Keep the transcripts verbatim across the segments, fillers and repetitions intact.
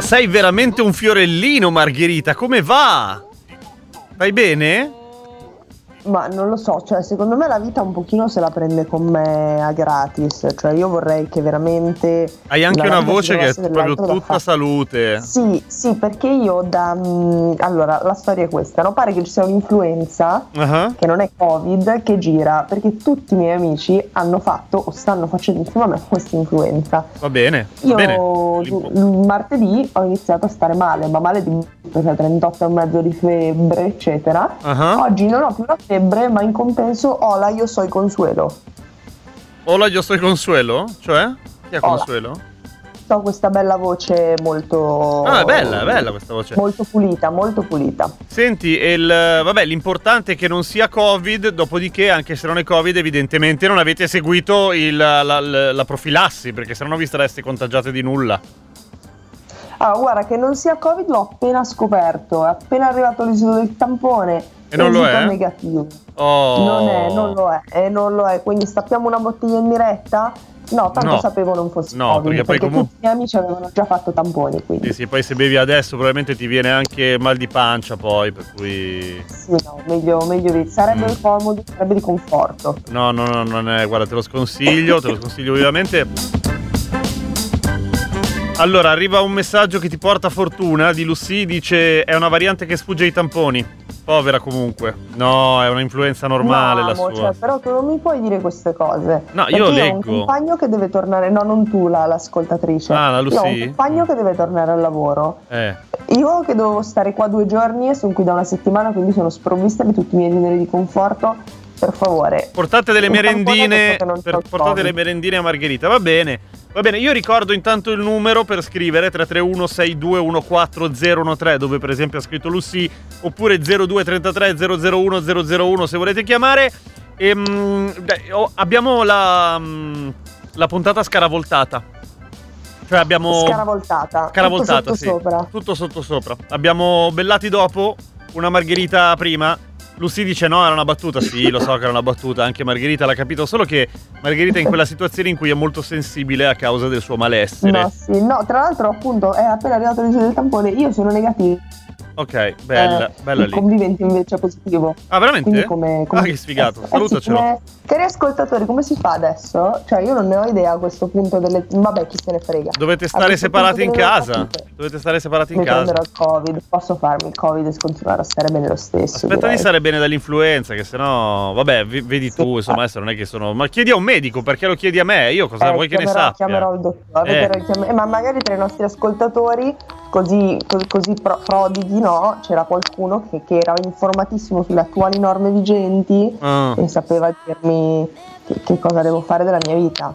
sei veramente un fiorellino, Margherita, come va? Vai bene? Ma non lo so, cioè secondo me la vita un pochino se la prende con me a gratis, cioè io vorrei che veramente... Hai anche una voce che è proprio tutta salute. Sì, sì, perché io da... Mh, allora, la storia è questa, no? Pare che ci sia un'influenza, uh-huh. che non è Covid, che gira, perché tutti i miei amici hanno fatto o stanno facendo insieme a me questa influenza. Va bene, va io bene. L- martedì ho iniziato a stare male, ma male di cioè trentotto e mezzo di febbre, eccetera. Uh-huh. Oggi non ho più la febbre, ma in compenso Ola io soy Consuelo. Ola io soy Consuelo? Cioè? Chi è Consuelo? Ola. Ho questa bella voce molto... Ah, è bella, è bella questa voce. Molto pulita, molto pulita. Senti, il, vabbè, l'importante è che non sia Covid, dopodiché, anche se non è Covid, evidentemente non avete seguito il, la, la, la profilassi, perché se no vi sareste contagiate di nulla. Ah, guarda, che non sia Covid l'ho appena scoperto, è appena arrivato l'esito del tampone. E non lo è? Negativo. Oh. Non è, non lo è, e non lo è. Quindi stappiamo una bottiglia in diretta? No, tanto no. sapevo non fosse no, Covid, perché, perché poi comunque... tutti i miei amici avevano già fatto tamponi, quindi. Sì, sì, poi se bevi adesso probabilmente ti viene anche mal di pancia poi, per cui... Sì, no, meglio, meglio di... Sarebbe mm. comodo, sarebbe di conforto. No, no, no, non è... Guarda, te lo sconsiglio, te lo sconsiglio vivamente. Allora, arriva un messaggio che ti porta fortuna di Lucy, dice è una variante che sfugge ai tamponi. Povera comunque. No, è un'influenza normale, no, la sua. Cioè, però tu non mi puoi dire queste cose. No, io leggo. Io ho un compagno che deve tornare, no, non tu, la, l'ascoltatrice. Ah, la Lucy? Io ho un compagno che deve tornare al lavoro. Eh. Io che dovevo stare qua due giorni e sono qui da una settimana, quindi sono sprovvista di tutti i miei generi di conforto. Per favore. Portate delle merendine, per, portate delle merendine a Margherita, va bene. Va bene, io ricordo intanto il numero per scrivere tre tre uno sei due uno quattro zero uno tre, dove per esempio ha scritto Lucy, oppure zero due trentatré zero zero uno zero zero uno se volete chiamare. E, mh, oh, abbiamo la, mh, la puntata scaravoltata. Cioè abbiamo... Scaravoltata. Scaravoltata, tutto sì. Sottosopra. Tutto sottosopra. Abbiamo Bellati dopo, una Margherita prima. Lucy dice no, era una battuta. Sì, lo so che era una battuta, anche Margherita l'ha capito, solo che Margherita è in quella situazione in cui è molto sensibile a causa del suo malessere. No, sì, no, tra l'altro appunto è appena arrivato l'esito del tampone, io sono negativo. Ok, bella, eh, bella il lì. convivente invece è positivo. Ah, veramente? Come, come ah, che sfigato, eh, salutacelo. Sì, come... Cari ascoltatori, come si fa adesso? Cioè io non ne ho idea a questo punto delle... Vabbè, chi se ne frega. Dovete stare separati in casa. Dovete stare separati in Mi casa. Mi prenderò il Covid, posso farmi il Covid e continuare a stare bene lo stesso. Aspetta direi. di stare bene dall'influenza, che sennò... Vabbè, vedi tu, sì, insomma, adesso non è che sono... Ma chiedi a un medico, perché lo chiedi a me? Io cosa eh, vuoi chiamerò, che ne sappia? Chiamerò il dottore, eh. chiamer... eh, ma magari tra i nostri ascoltatori, così, così, così pro- prodighi, no? C'era qualcuno che, che era informatissimo sulle attuali norme vigenti uh. e sapeva dirmi che, che cosa devo fare della mia vita.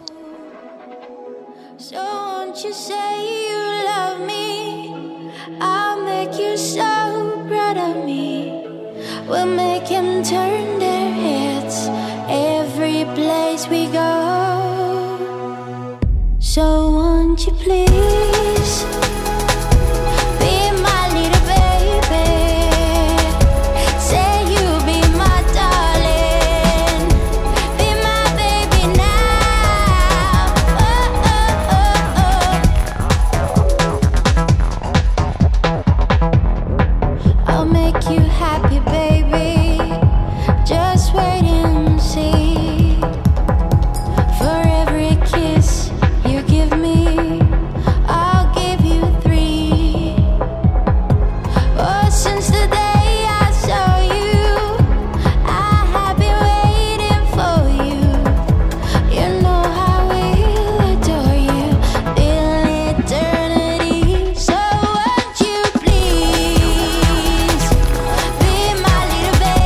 So won't you say you love me? I'll make you so proud of me. We'll make him turn their heads every place we go. So won't you please be my little baby? Say you'll be my darling, be my baby now. Oh, oh, oh, oh. I'll make you happy, baby. Just wait and see. For every kiss you give me, I'll give you three. Oh, since the day I saw you, I have been waiting for you. You know I will adore you till eternity. So won't you please be my little baby?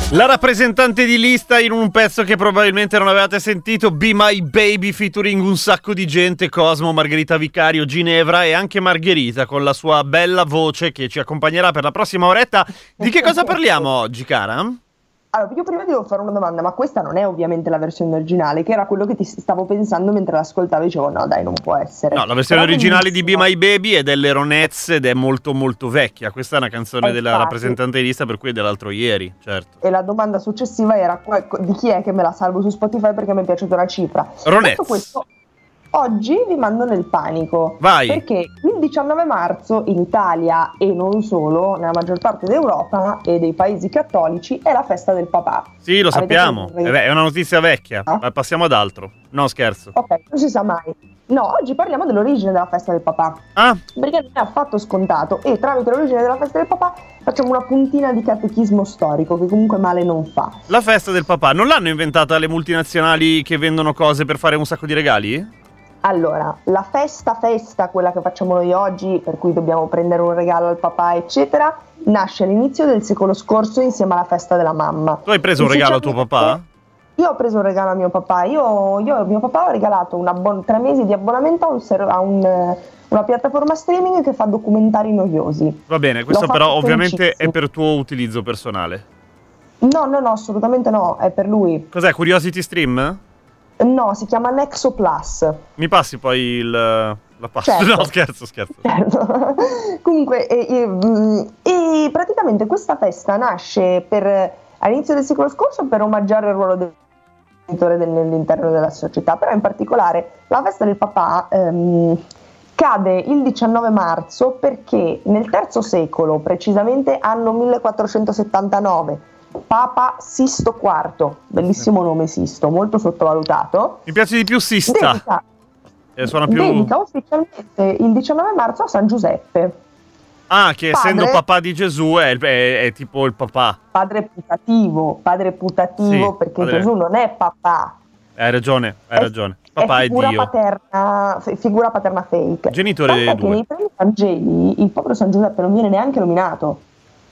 La rappresentante di lista in un pezzo che probabilmente non avevate sentito, Be My Baby featuring un sacco di gente, Cosmo, Margherita Vicario, Ginevra e anche Margherita con la sua bella voce che ci accompagnerà per la prossima oretta. Di che cosa parliamo oggi, cara? Allora, io prima devo fare una domanda, ma questa non è ovviamente la versione originale, che era quello che ti stavo pensando mentre l'ascoltavo e dicevo no dai, non può essere. No, la versione Però originale di Be bellissima. My Baby è delle Ronettes ed è molto molto vecchia. Questa è una canzone Eh, della infatti. rappresentante di lista, per cui è dell'altro ieri, certo. E la domanda successiva era qua- di chi è che me la salvo su Spotify perché mi è piaciuta la cifra. Ronettes. Detto questo, oggi vi mando nel panico. Vai. Perché il diciannove marzo in Italia e non solo, nella maggior parte d'Europa e dei paesi cattolici, è la festa del papà. Sì, lo Avete sappiamo. preso- Eh beh, è una notizia vecchia. Ah? Ma passiamo ad altro. No, scherzo. Ok, non si sa mai. No, oggi parliamo dell'origine della festa del papà. Ah, Perché non è affatto scontato e tramite l'origine della festa del papà facciamo una puntina di catechismo storico che comunque male non fa. la festa del papà. Non l'hanno inventata le multinazionali che vendono cose per fare un sacco di regali? Allora, la festa festa, quella che facciamo noi oggi, per cui dobbiamo prendere un regalo al papà, eccetera, nasce all'inizio del secolo scorso insieme alla festa della mamma. Tu hai preso un regalo al tuo Ufficialmente- papà? Io ho preso un regalo a mio papà. Io, io a mio papà ho regalato un abbon- tre mesi di abbonamento a, un ser- a un, eh, una piattaforma streaming che fa documentari noiosi. Va bene, questo L'ho però fatto ovviamente è felicissimo. per tuo utilizzo personale. No, no, no, assolutamente no, è per lui. Cos'è, Curiosity Stream? No, si chiama Nexo Plus. Mi passi poi il, la pasta? Certo. No, scherzo, scherzo. Certo. Comunque, e, e, mm, e praticamente questa festa nasce per, all'inizio del secolo scorso per omaggiare il ruolo del genitore del- nell'interno della società, però in particolare la festa del papà ehm, cade il diciannove marzo perché nel terzo secolo, precisamente anno millequattrocentosettantanove, Papa Sisto quarto, bellissimo nome Sisto, molto sottovalutato, Mi piace di più Sista. dedica, Eh, suona più... dedica ufficialmente il diciannove marzo a San Giuseppe, Ah, che padre- essendo papà di Gesù è, il- è- è tipo il papà. padre putativo, padre putativo Sì, perché padre- Gesù non è papà, Hai ragione, hai è- ragione. Papà è è, figura Dio. paterna, f- figura paterna fake. Genitore Tant'è dei che due. nei primi Vangeli il povero San Giuseppe non viene neanche nominato.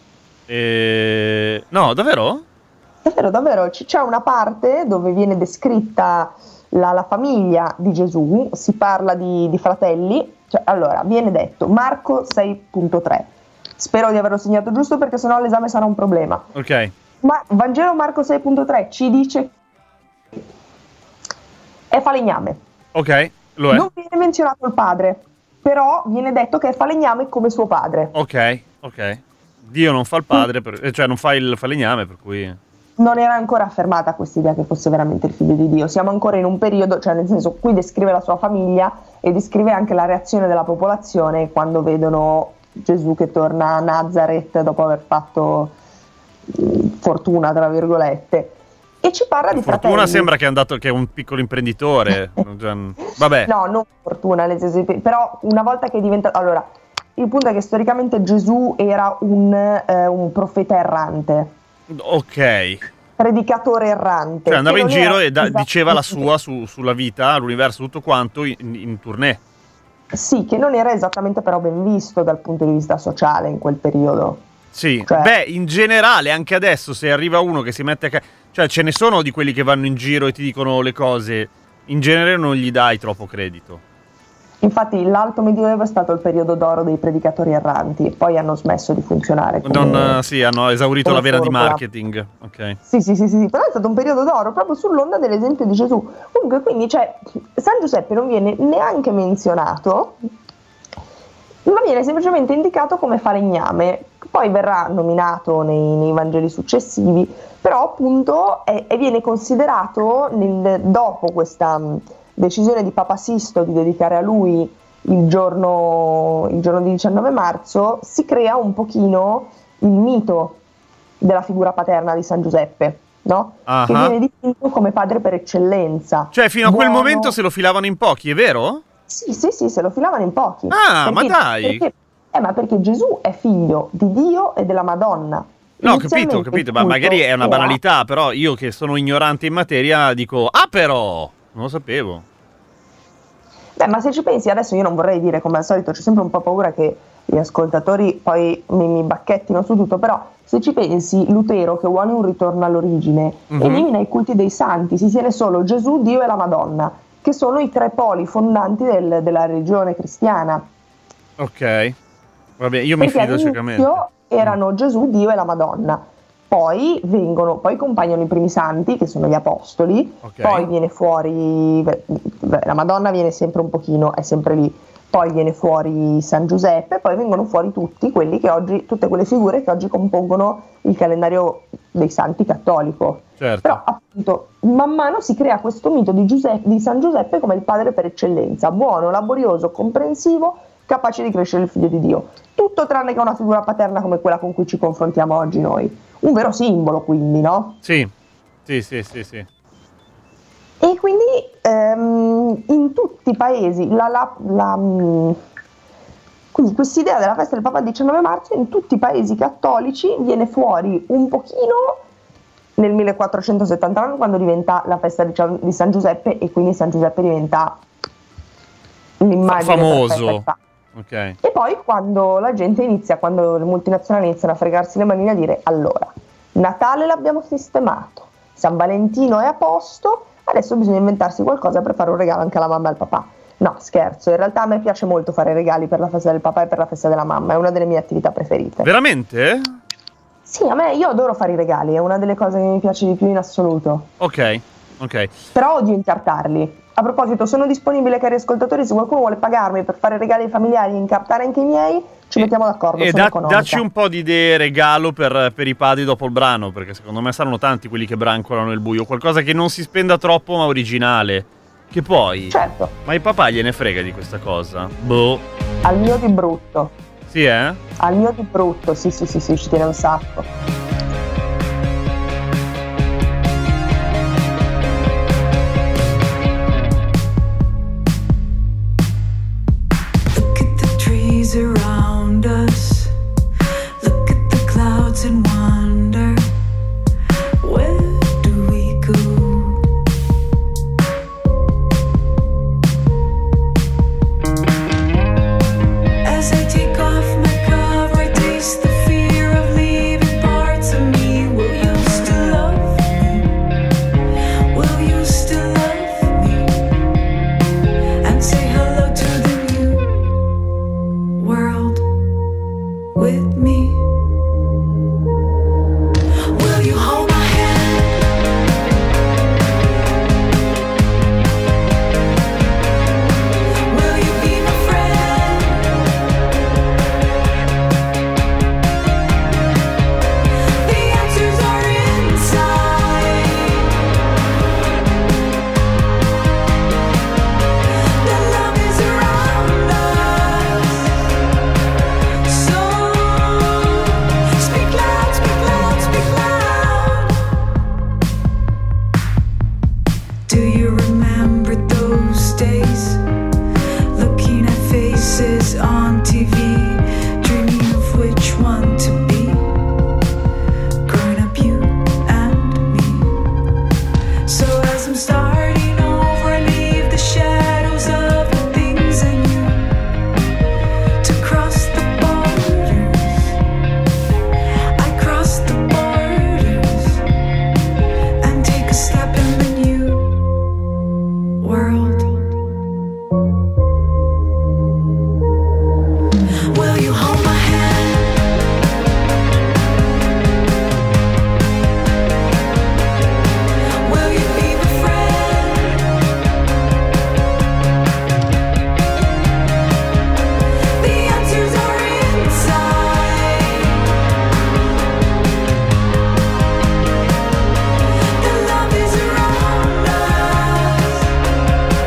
Eh, No, davvero? Davvero, davvero, c- c'è una parte dove viene descritta la, la famiglia di Gesù, si parla di, di fratelli, cioè, allora viene detto Marco sei punto tre, spero di averlo segnato giusto perché sennò l'esame sarà un problema. Ok. Ma Vangelo Marco sei punto tre ci dice che è falegname, Ok, lo è. non viene menzionato il padre, però viene detto che è falegname come suo padre. Ok, ok. Dio non fa il padre, per- eh, cioè non fa il falegname, per cui... Non era ancora affermata questa idea che fosse veramente il figlio di Dio, siamo ancora in un periodo, cioè nel senso, qui descrive la sua famiglia e descrive anche la reazione della popolazione quando vedono Gesù che torna a Nazareth dopo aver fatto mh, fortuna, tra virgolette, e ci parla di Fortuna fratelli. sembra che è andato, che è un piccolo imprenditore. Cioè, vabbè. No, non fortuna, nel senso, però una volta che è diventato... Allora, il punto è che storicamente Gesù era un, eh, un profeta errante, Ok. predicatore errante. Cioè andava che in non giro era e da- diceva la esattamente- sua su- sulla vita, l'universo, tutto quanto in, in tournée. Sì, che non era esattamente però ben visto dal punto di vista sociale in quel periodo. Sì. Cioè- Beh, in generale, anche adesso, se arriva uno che si mette a... ca- Cioè, ce ne sono di quelli che vanno in giro e ti dicono le cose. In genere non gli dai troppo credito. Infatti l'Alto Medioevo è stato il periodo d'oro dei predicatori erranti, poi hanno smesso di funzionare. come- Non, eh, sì, hanno esaurito come la vena di formula. marketing. Ok. Sì, sì, sì, sì, sì, però è stato un periodo d'oro proprio sull'onda dell'esempio di Gesù. Comunque, quindi, cioè, San Giuseppe non viene neanche menzionato, ma viene semplicemente indicato come falegname. Poi verrà nominato nei, nei Vangeli successivi, però appunto è, e viene considerato nel- dopo questa mh, decisione di Papa Sisto di dedicare a lui il giorno, il giorno di diciannove marzo, si crea un pochino il mito della figura paterna di San Giuseppe, no? Ah. Che viene dipinto come padre per eccellenza. Cioè, fino a quel Buono. momento se lo filavano in pochi, è vero? Sì, sì, sì, se lo filavano in pochi. Ah, ma dai! Perché, eh, ma perché Gesù è figlio di Dio e della Madonna. No, ho Inizialmente capito, ho capito, il ma culto magari è una era- banalità, però io che sono ignorante in materia dico, ah però, non lo sapevo. Beh, ma se ci pensi, adesso io non vorrei dire come al solito, c'è sempre un po' paura che gli ascoltatori poi mi, mi bacchettino su tutto, però se ci pensi, Lutero, che vuole un ritorno all'origine, mm-hmm. elimina i culti dei santi, si tiene solo Gesù, Dio e la Madonna, che sono i tre poli fondanti del, della religione cristiana. Ok, vabbè, io mi fido ciecamente. Erano Gesù, Dio e la Madonna. Poi vengono, poi compaiono i primi santi, che sono gli apostoli, okay. Poi viene fuori, la Madonna viene sempre un pochino, è sempre lì, poi viene fuori San Giuseppe, poi vengono fuori tutti quelli che oggi, tutte quelle figure che oggi compongono il calendario dei santi cattolico. Certo. Però appunto man mano si crea questo mito di, Giuseppe, di San Giuseppe come il padre per eccellenza, buono, laborioso, comprensivo, capace di crescere il figlio di Dio. Tutto tranne che una figura paterna come quella con cui ci confrontiamo oggi noi. Un vero simbolo, quindi, no? Sì, sì, sì, sì, sì. E quindi ehm, in tutti i paesi la, la, la, quindi quest'idea della festa del Papa il diciannove marzo in tutti i paesi cattolici viene fuori un pochino nel millequattrocentosettantanove, quando diventa la festa di San Giuseppe, e quindi San Giuseppe diventa l'immagine famoso. Okay. E poi quando la gente inizia, quando le multinazionali iniziano a fregarsi le manine, a dire: allora, Natale l'abbiamo sistemato, San Valentino è a posto, adesso bisogna inventarsi qualcosa per fare un regalo anche alla mamma e al papà. No, scherzo, in realtà a me piace molto fare regali per la festa del papà e per la festa della mamma, è una delle mie attività preferite. Veramente? Sì, a me, io adoro fare i regali, è una delle cose che mi piace di più in assoluto. Ok, ok. Però odio incartarli. A proposito, sono disponibile, cari ascoltatori, se qualcuno vuole pagarmi per fare regali ai familiari e incartare anche i miei, ci mettiamo d'accordo. E da, dacci un po' di idee regalo per, per i padri dopo il brano, perché secondo me saranno tanti quelli che brancolano nel buio. Qualcosa che non si spenda troppo ma originale. Che poi... Certo. Ma il papà gliene frega di questa cosa? Boh. Al mio di brutto. Sì, eh? Al mio di brutto, sì, sì, sì, sì, ci tiene un sacco. Around us, look at the clouds and wonder, where do we go? As I take off my cover, I taste the fear of leaving parts of me. Will you still love me? Will you still love me? And say hello to the new world with me. Will you hold my hand? Will you be my friend? The answers are inside. The love is around us. So speak loud, speak loud, speak loud. Do you remember those days? Looking at faces on T V, dreaming of which one to be. Growing up, you and me. So as I'm starting over, I leave the shadows of the things I knew to cross the borders. I cross the borders and take a step in the new world. Will you hold my hand? Will you be my friend? The answers are inside. The love is around us.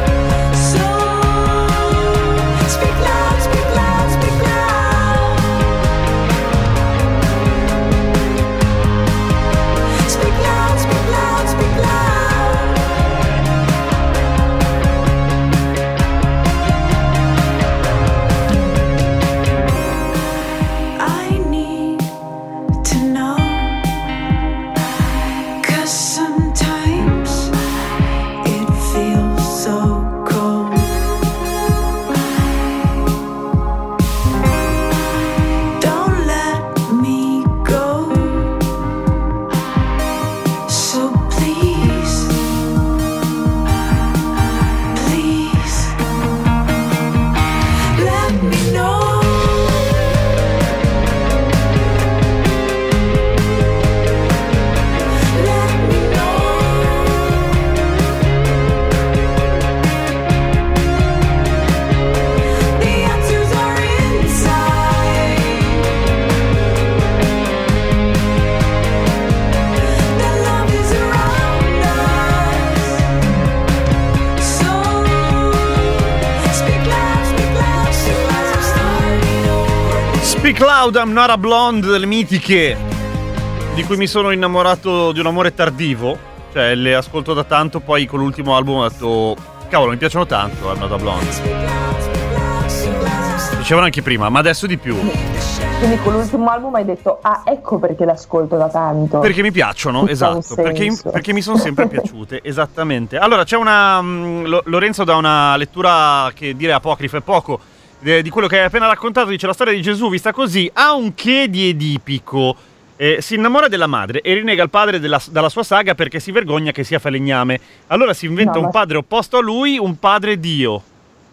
Movie Cloud, I'm Not a Blonde, delle mitiche, di cui mi sono innamorato di un amore tardivo, cioè le ascolto da tanto, poi con l'ultimo album ho detto cavolo, mi piacciono tanto I'm Not a Blonde. Dicevano anche prima, ma adesso di più. Quindi con l'ultimo album hai detto ah, ecco perché l'ascolto da tanto. Perché mi piacciono, Tutto esatto, perché, perché mi sono sempre piaciute, esattamente. Allora c'è una mh, Lorenzo dà una lettura che dire apocrifa è poco eh, di quello che hai appena raccontato. Dice: la storia di Gesù vista così ha un che di edipico. Eh, si innamora della madre e rinnega il padre della, dalla sua saga perché si vergogna che sia falegname. Allora si inventa no, un padre opposto a lui, un padre Dio.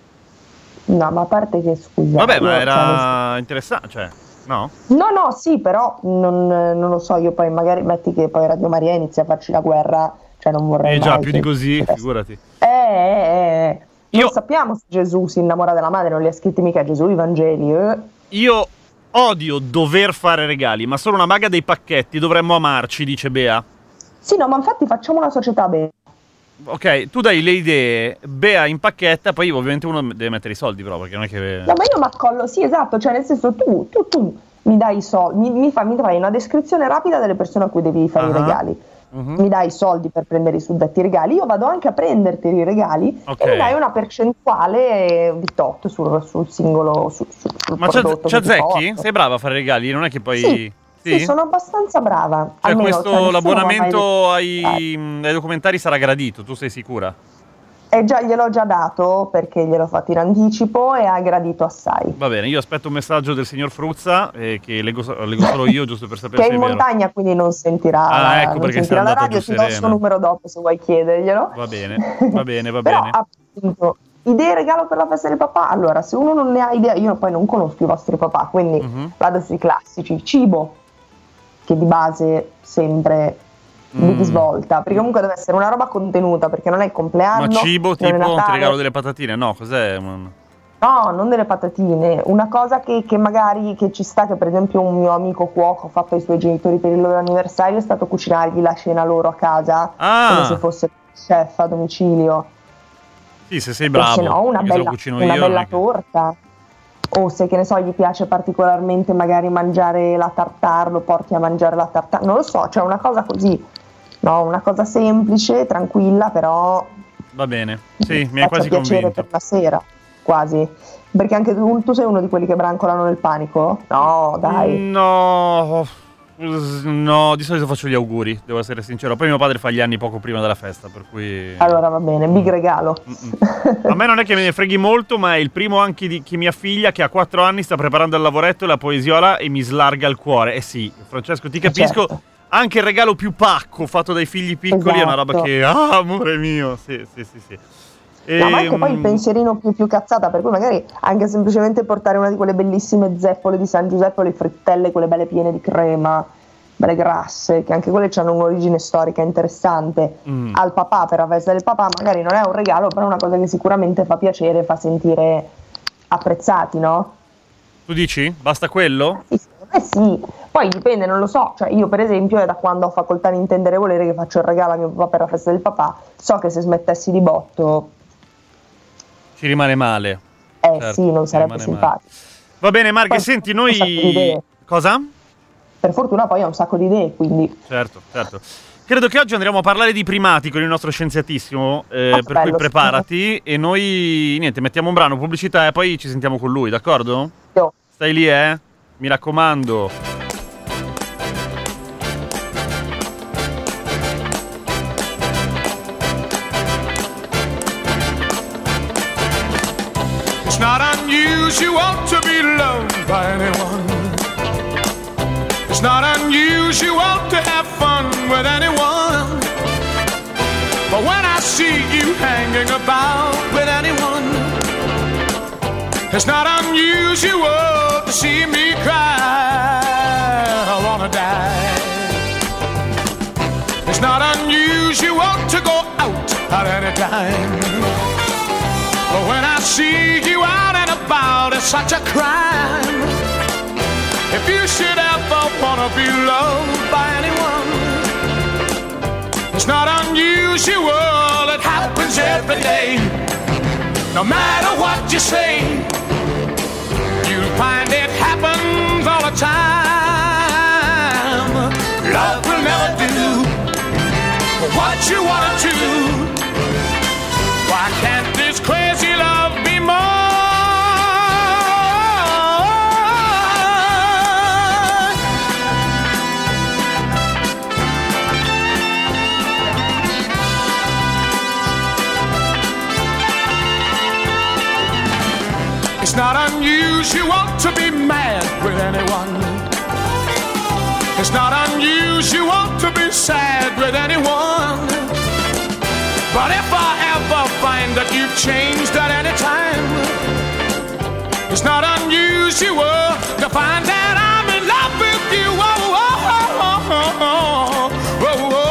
No, ma a parte che scusa. Vabbè, ma era cioè, interessante, cioè, no? No, no, sì, però non, non lo so, io poi magari metti che poi Radio Maria inizia a farci la guerra, cioè non vorrei Eh già, mai più che... di così, figurati. Eh, eh, eh. Non Io... sappiamo se Gesù si innamora della madre, non li ha scritti mica Gesù i Vangeli, eh. Io odio dover fare regali, ma sono una maga dei pacchetti, dovremmo amarci, dice Bea. Sì, no, ma infatti facciamo una società bene. Ok, tu dai le idee, Bea impacchetta, poi ovviamente uno deve mettere i soldi però, perché non è che... No, ma io mi accollo, sì, esatto, cioè nel senso tu, tu, tu mi dai i soldi, mi, mi, fai, mi fai una descrizione rapida delle persone a cui devi fare uh-huh. i regali, uh-huh. mi dai i soldi per prendere i suddetti regali, io vado anche a prenderti i regali okay. e mi dai una percentuale di tot sul, sul singolo, sul, sul ma prodotto. Ma c'è Zecchi? Sei brava a fare regali, non è che poi... Sì. Sì, sono abbastanza brava. Cioè Almeno, questo cioè, l'abbonamento ai, ai documentari sarà gradito, tu sei sicura? E già gliel'ho già dato perché gliel'ho fatto in anticipo e ha gradito assai. Va bene, io aspetto un messaggio del signor Fruzza eh, che leggo, leggo solo io, giusto per sapere che se è in è montagna, vero. Quindi non sentirà, ah, ecco non perché sentirà la radio. Ti do il suo numero dopo se vuoi chiederglielo. Va bene, va bene, va Però, bene. appunto, idee regalo per la festa del papà. Allora, se uno non ne ha idea, io poi non conosco i vostri papà, quindi uh-huh. vado sui classici. Cibo, che di base sempre mm. di svolta, perché comunque deve essere una roba contenuta, perché non è il compleanno. Ma cibo tipo ti regalo delle patatine? No, cos'è? No, non delle patatine, una cosa che, che magari che ci sta, che per esempio un mio amico cuoco ha fatto ai suoi genitori per il loro anniversario, è stato cucinargli la cena loro a casa, ah. come se fosse chef a domicilio. Sì, se sei bravo. O se no, una bella, una io, bella che... torta. O se, che ne so, gli piace particolarmente magari mangiare la tartare, lo porti a mangiare la tartare, non lo so, cioè una cosa così, no, una cosa semplice, tranquilla, però va bene, sì, mi hai quasi convinto. Per la sera, quasi, perché anche tu, tu sei uno di quelli che brancolano nel panico? No, dai. No, no, di solito faccio gli auguri, devo essere sincero. Poi mio padre fa gli anni poco prima della festa, per cui... Allora va bene, big regalo. A me non è che me ne freghi molto, ma è il primo anche di chi mia figlia, che ha quattro anni, sta preparando al lavoretto la poesiola e mi slarga il cuore. Eh sì, Francesco, ti capisco, certo. Anche il regalo più pacco fatto dai figli piccoli esatto. È una roba che... Ah, amore mio, sì, sì, sì, sì. E... No, ma anche poi il pensierino più, più cazzata, per cui magari anche semplicemente portare una di quelle bellissime zeppole di San Giuseppe o le frittelle, quelle belle piene di crema, belle grasse, che anche quelle hanno un'origine storica interessante, mm. al papà per la festa del papà, magari non è un regalo, però è una cosa che sicuramente fa piacere, fa sentire apprezzati, no? Tu dici? Basta quello? Sì, eh sì, poi dipende, non lo so, cioè io per esempio è da quando ho facoltà di intendere e volere che faccio il regalo a mio papà per la festa del papà, so che se smettessi di botto ci rimane male. Eh certo, sì, non sarebbe simpatico. Va bene Marghe, poi, senti, noi... Cosa? Per fortuna poi ha un sacco di idee, quindi... Certo, certo. Credo che oggi andremo a parlare di primati con il nostro scienziatissimo, eh, ah, per bello, cui preparati. Sì. E noi, niente, mettiamo un brano, pubblicità e poi ci sentiamo con lui, d'accordo? Io. Stai lì, eh? Mi raccomando. It's not unusual to be loved by anyone. It's not unusual to have fun with anyone. But when I see you hanging about with anyone, it's not unusual to see me cry. I wanna die. It's not unusual to go out at any time. But when I see you out and about, it's such a crime. If you should ever wanna be loved by anyone, it's not unusual, it happens every day. No matter what you say, you'll find it happens what you wanna do. Why can't this crazy love be mine? It's not unusual to be mad with anyone. It's not unusual to be sad with anyone. But if I ever find that you've changed at any time, it's not unusual to find that I'm in love with you. Oh, oh, oh, oh, oh, oh, oh.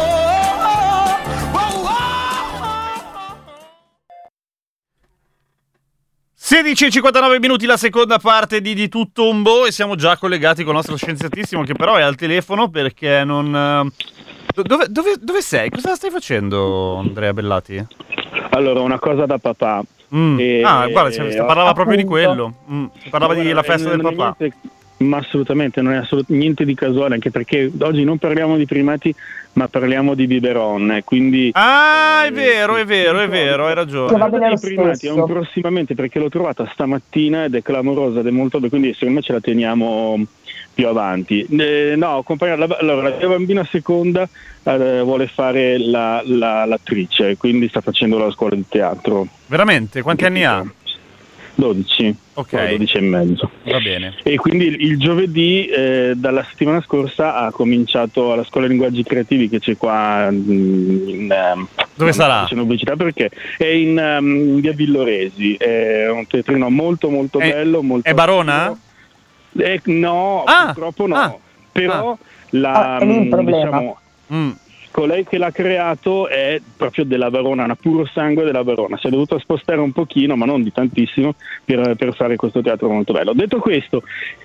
sedici e cinquantanove minuti, la seconda parte di Di Tutto Un Bo, e siamo già collegati con il nostro scienziatissimo, che però è al telefono perché non... Dove, dove, dove sei? Cosa stai facendo, Andrea Bellati? Allora, una cosa da papà. Mm. E... Ah, guarda, si parlava appunto, proprio di quello. Mm. Si parlava guarda, della festa del non è papà. Niente, ma assolutamente, non è assolut- niente di casuale, anche perché oggi non parliamo di primati, ma parliamo di biberon, eh, quindi... Ah, eh, è vero, è vero, è vero, hai ragione. Va bene lo I primati stesso. è un prossimamente, perché l'ho trovata stamattina ed è clamorosa ed è molto bella, quindi secondo me ce la teniamo più avanti. Eh, no, compagna, la, allora, la mia bambina seconda eh, vuole fare la, la, l'attrice, quindi sta facendo la scuola di teatro. Veramente? Quanti anni ha? dodici, Ok. dodici e mezzo. Va bene. E quindi il, il giovedì eh, dalla settimana scorsa ha cominciato alla scuola linguaggi creativi che c'è qua in, in, Dove sarà? C'è pubblicità perché è in, um, in via Villoresi, è un teatrino molto molto È- bello, molto È Barona? Eh, no, Ah, purtroppo no, ah, però ah. la, Ah, è lì il mm, problema. diciamo, Mm. colei che l'ha creato è proprio della Verona, una puro sangue della Verona. Si è dovuto spostare un pochino, ma non di tantissimo, per, per fare questo teatro molto bello. Detto questo,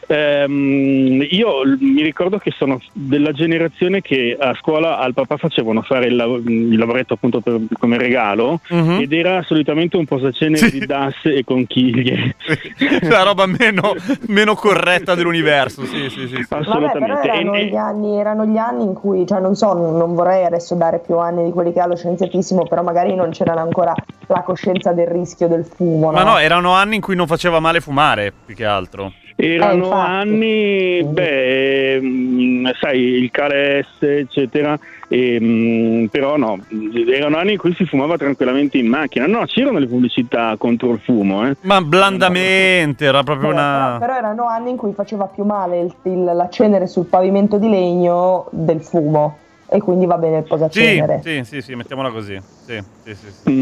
ehm, io mi ricordo che sono della generazione che a scuola al papà facevano fare il, lav- il lavoretto appunto per- come regalo, Mhm. ed era solitamente un posacenere Sì. di dass e conchiglie. La roba meno, meno corretta dell'universo, sì, sì, sì, sì. Vabbè, però Assolutamente. erano E- gli, anni, erano gli anni in cui, cioè non so, non vorrei adesso dare più anni di quelli che ha lo scienziatissimo, però magari non c'era ancora la coscienza del rischio del fumo, Ma no? no, erano anni in cui non faceva male fumare, più che altro. Erano Eh, infatti. anni, beh, mh, sai, il Calesse, eccetera, e, mh, però no, erano anni in cui si fumava tranquillamente in macchina. No, c'erano le pubblicità contro il fumo, eh. Ma blandamente, era proprio Però, una... però erano anni in cui faceva più male il, il- la cenere sul pavimento di legno del fumo, e quindi va bene il Sì, posacenere. sì, sì, sì, mettiamola così. Sì, sì, sì, sì.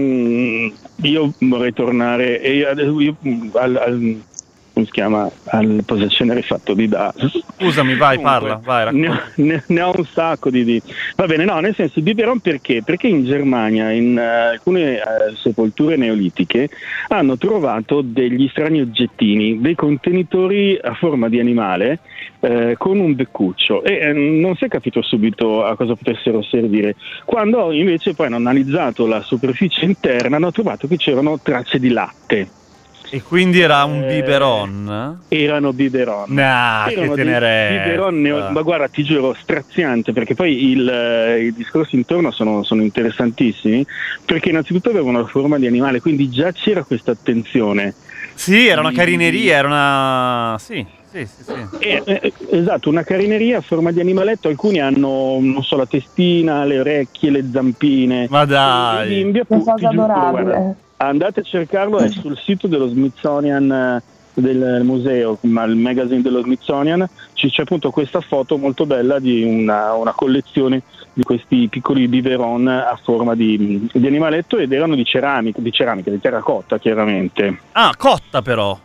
Mm, io vorrei tornare e io, adesso io, mm, al, al come si chiama, al posacenere fatto di da. Scusami, vai, Comunque, parla, vai, ne ho, racconta. ne, ne ho un sacco di, di va bene, no, nel senso, il biberon perché? Perché in Germania in uh, alcune uh, sepolture neolitiche hanno trovato degli strani oggettini, dei contenitori a forma di animale eh, con un beccuccio, e eh, non si è capito subito a cosa potessero servire. Quando invece poi hanno analizzato la superficie interna, hanno trovato che c'erano tracce di latte. E quindi era un Eh, biberon? Erano biberon. Nah, che Erano dei tenerezza. biberon neo- ma guarda, ti giuro, straziante, perché poi il, eh, i discorsi intorno sono, sono interessantissimi, perché innanzitutto avevano la forma di animale, quindi già c'era questa attenzione. Sì, era una carineria, era una... Sì, sì, sì, sì. Eh, eh, esatto, una carineria a forma di animaletto. Alcuni hanno, non so, la testina, le orecchie, le zampine. Ma E dai. in via Che Pu- cosa ti giuro, adorabile. guarda, andate a cercarlo, è sul sito dello Smithsonian, eh, del museo, ma il magazine dello Smithsonian, ci c'è appunto questa foto molto bella di una, una collezione di questi piccoli biberon a forma di, di animaletto, ed erano di ceramica, di ceramica, di terracotta chiaramente. Ah, cotta però.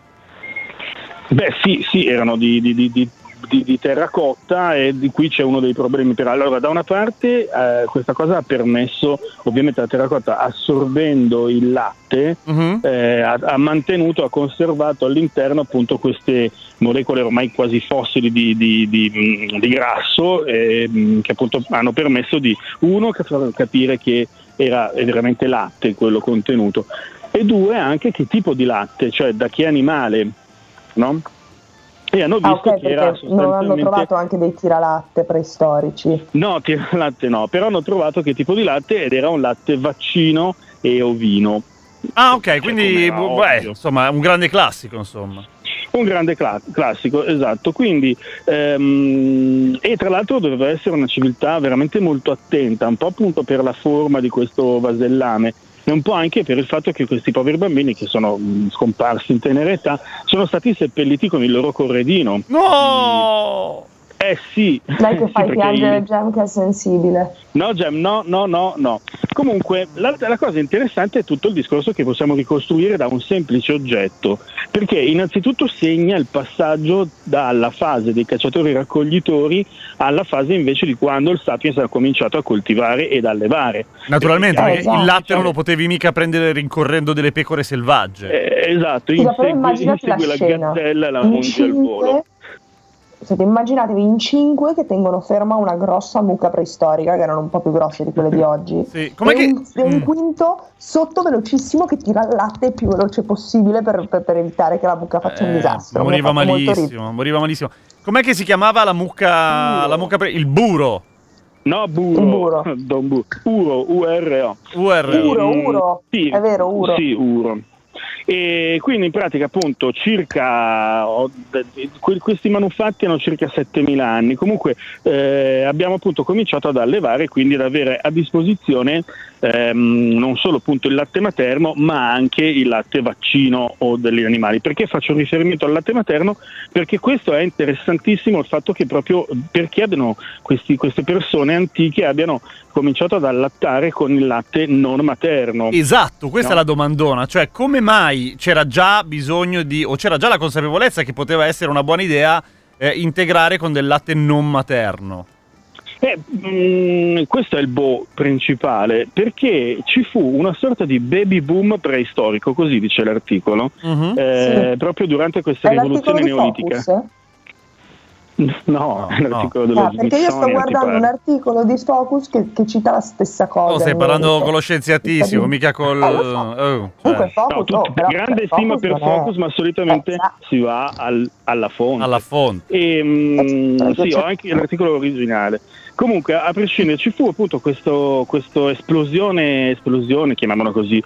Beh sì, sì, erano di, di, di, di, di, di terracotta, e di qui c'è uno dei problemi. Per allora, da una parte eh, questa cosa ha permesso, ovviamente la terracotta assorbendo il latte, Mhm. eh, ha, ha mantenuto, ha conservato all'interno appunto queste molecole ormai quasi fossili di, di, di, di grasso, eh, che appunto hanno permesso di, uno, cap- capire che era veramente latte quello contenuto, e due, anche che tipo di latte, cioè da che animale, no? e hanno visto ah, okay, che era sostanzialmente... non hanno trovato anche dei tiralatte preistorici? No, tiralatte no, però hanno trovato che tipo di latte, ed era un latte vaccino e ovino. Ah, ok, cioè, quindi beh, insomma un grande classico, insomma. Un grande cla- classico, esatto. Quindi ehm, e tra l'altro doveva essere una civiltà veramente molto attenta, un po' appunto per la forma di questo vasellame e un po' anche per il fatto che questi poveri bambini, che sono mh, scomparsi in tenera età, sono stati seppelliti con il loro corredino. No! Eh sì. Dai che sì, fai piangere il... Gem che è sensibile. No Gem, no, no, no, no. Comunque la, la cosa interessante è tutto il discorso che possiamo ricostruire da un semplice oggetto, perché innanzitutto segna il passaggio dalla fase dei cacciatori raccoglitori alla fase invece di quando il Sapiens ha cominciato a coltivare ed allevare. Naturalmente, perché, eh, esatto, il latte cioè... non lo potevi mica prendere rincorrendo delle pecore selvagge. Eh, esatto, Scusa, però insegue, immaginate insegue la la scena. gazzella e la In monti al volo. cinque, siete, immaginatevi in cinque che tengono ferma una grossa mucca preistorica, che erano un po' più grosse di quelle di oggi, sì. Com'è e, che... un, e un mm. quinto sotto velocissimo che tira il latte il più veloce possibile per, per, per evitare che la mucca faccia un Eh, disastro. moriva Mi ha fatto molto malissimo, moriva malissimo. Com'è che si chiamava la mucca, la mucca pre... il buro? No, burro, Il burro. Don bu- Uro, U R O. U R O. Uro, Uro, Sì, è vero, Uro. Sì, Uro. E quindi in pratica appunto circa questi manufatti hanno circa settemila anni. Comunque eh, abbiamo appunto cominciato ad allevare, quindi ad avere a disposizione ehm, non solo appunto il latte materno ma anche il latte vaccino o degli animali. Perché faccio riferimento al latte materno? Perché questo è interessantissimo, il fatto che proprio perché abbiano questi, queste persone antiche abbiano cominciato ad allattare con il latte non materno. Esatto, questa No. è la domandona, cioè come mai c'era già bisogno di, o c'era già la consapevolezza che poteva essere una buona idea eh, integrare con del latte non materno? Eh, mh, questo è il boh principale, perché ci fu una sorta di baby boom preistorico, così dice l'articolo, Uh-huh. eh, Sì. proprio durante questa È l'articolo rivoluzione di neolitica. Focus? No, No, è l'articolo dello Ah, perché io sto Smithsonian, ti guardando un pare. articolo di Focus che, che cita la stessa cosa. Oh, stai mi parlando dice. con lo scienziatissimo, mica col... Eh, lo so. oh, Comunque cioè, Focus, No, tutti- oh, però, grande cioè, stima per non è- Focus, ma solitamente Eh, esatto. si va al- alla fonte. alla fonte. E, mh, Eh, sì, cioè- ho anche l'articolo originale. Comunque, a prescindere, ci fu appunto questo, questo esplosione, esplosione, chiamiamola così,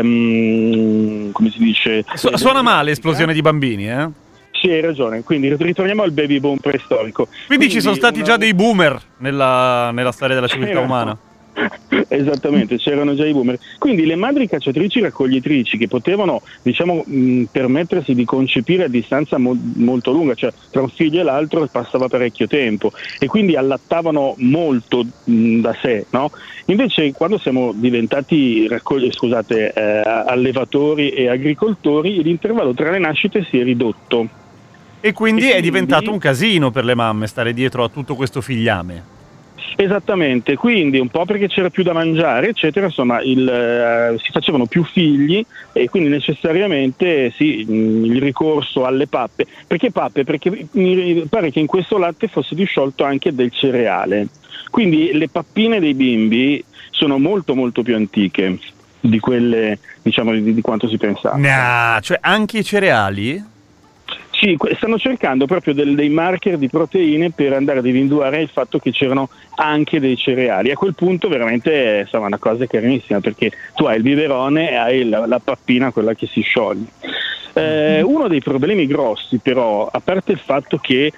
ehm, come si dice? Su- suona male esplosione di bambini, eh? Sì, hai ragione, quindi ritorniamo al baby boom preistorico. Quindi, ci sono stati una- già dei boomer nella, nella storia della civiltà C'erano. umana. Esattamente, c'erano già i boomer. Quindi le madri cacciatrici raccoglitrici che potevano, diciamo, mh, permettersi di concepire a distanza mo- molto lunga, cioè tra un figlio e l'altro passava parecchio tempo e quindi allattavano molto mh, da sé, no? Invece quando siamo diventati raccogli- scusate, eh, allevatori e agricoltori, l'intervallo tra le nascite si è ridotto. E quindi E è quindi- diventato un casino per le mamme stare dietro a tutto questo figliame. Esattamente, quindi un po' perché c'era più da mangiare, eccetera, insomma il, eh, si facevano più figli e quindi necessariamente sì, mh, il ricorso alle pappe. Perché pappe? Perché mi pare che in questo latte fosse disciolto anche del cereale. Quindi le pappine dei bimbi sono molto molto più antiche di quelle, diciamo, di, di quanto si pensava. Nah, cioè anche i cereali? Sì, que- stanno cercando proprio del- dei marker di proteine per andare ad individuare il fatto che c'erano anche dei cereali. A quel punto veramente è insomma, una cosa carinissima, perché tu hai il biberone e hai la, la pappina, quella che si scioglie. Eh, uno dei problemi grossi però, a parte il fatto che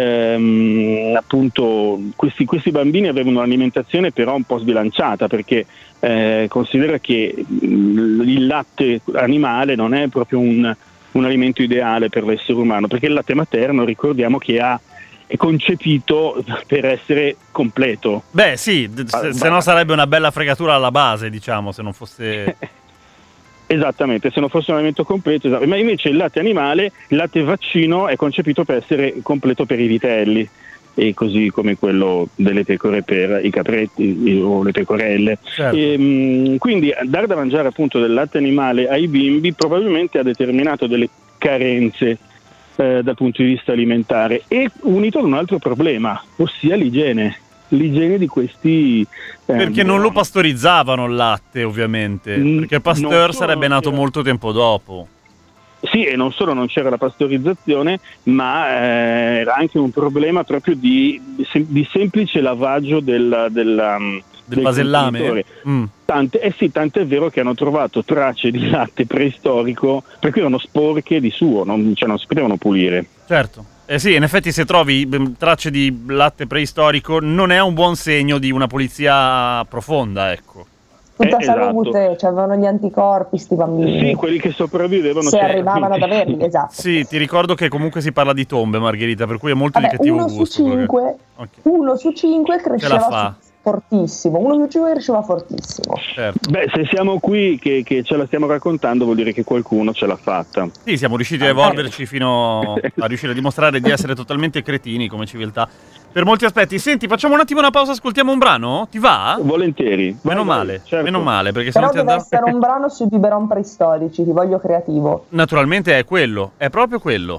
ehm, appunto questi, questi bambini avevano un'alimentazione però un po' sbilanciata, perché eh, considera che mh, il latte animale non è proprio un un alimento ideale per l'essere umano, perché il latte materno ricordiamo che ha, è concepito per essere completo. Beh sì, d- se, Ah, se no sarebbe una bella fregatura alla base, diciamo, se non fosse... Esattamente, se non fosse un alimento completo, esatto. Ma invece il latte animale, il latte vaccino è concepito per essere completo per i vitelli, e così come quello delle pecore per i capretti o le pecorelle. Certo. E, mh, quindi dare da mangiare appunto del latte animale ai bimbi probabilmente ha determinato delle carenze eh, dal punto di vista alimentare, e unito ad un altro problema, ossia l'igiene. L'igiene di questi eh, Perché non lo pastorizzavano il latte, ovviamente, Mm, perché Pasteur non solo sarebbe non nato c'era- molto tempo dopo. Sì, e non solo non c'era la pastorizzazione, ma eh, era anche un problema proprio di, di semplice lavaggio del, del, del, del vasellame. Mm. Tante, eh sì, tanto è vero che hanno trovato tracce di latte preistorico, per cui erano sporche di suo, non, cioè non si potevano pulire. Certo. Eh sì, in effetti se trovi tracce di latte preistorico non è un buon segno di una pulizia profonda, ecco. Tutta eh, salute, esatto. Cioè avevano gli anticorpi sti bambini. Sì, quelli che sopravvivevano. Se cioè, arrivavano ad averli, esatto. Sì, ti ricordo che comunque si parla di tombe, Margherita, per cui è molto Vabbè, di cattivo uno gusto. Su cinque, okay. Uno su cinque cresceva fortissimo, uno su cinque cresceva fortissimo. Certo. Beh, se siamo qui che, che ce la stiamo raccontando vuol dire che qualcuno ce l'ha fatta. Sì, siamo riusciti a evolverci fino a riuscire a dimostrare di essere totalmente cretini come civiltà. Per molti aspetti. Senti, facciamo un attimo una pausa, ascoltiamo un brano? Ti va? Volentieri. Meno vai, male, vai, certo. meno male, perché però se deve non ti essere un brano sui biberon preistorici, ti voglio creativo. Naturalmente è quello, è proprio quello.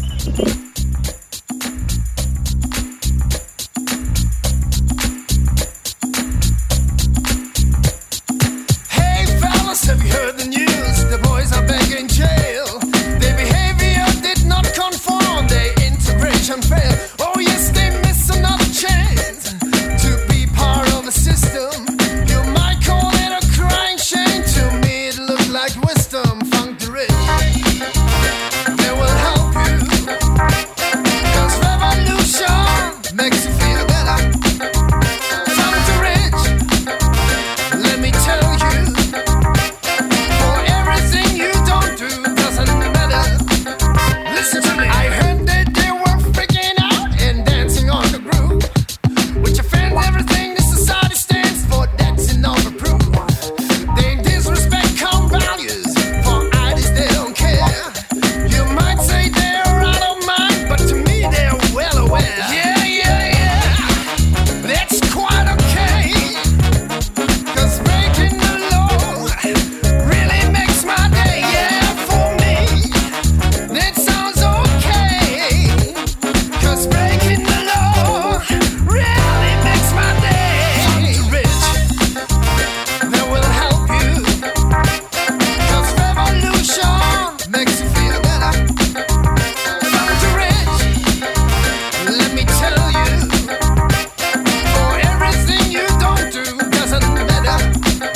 Hey fellas, have you heard the news? The boys are back in jail. Their behavior did not conform, their integration failed. Oh yes, they miss another chance to be part of the system. You might call it a crying shame. To me it looked like wisdom. Funk the rich, they will help you, 'cause revolution makes you feel better. Funk the rich, let me tell you, for everything you don't do doesn't matter. Listen to me, I heard that they were freaking out and dancing on the groove, which offends everything this society stands for. That's enough of proof. They disrespect core values, for ideas they don't care. You might say they're out of mind, but to me they're well aware. Yeah, yeah, yeah, that's quite okay, 'cause breaking the law really makes my day. Yeah, for me that sounds okay, 'cause breaking the law really makes my day. Rich, that will help you, 'cause revolution makes you feel better. Rich, let me tell you, for everything you don't do doesn't matter.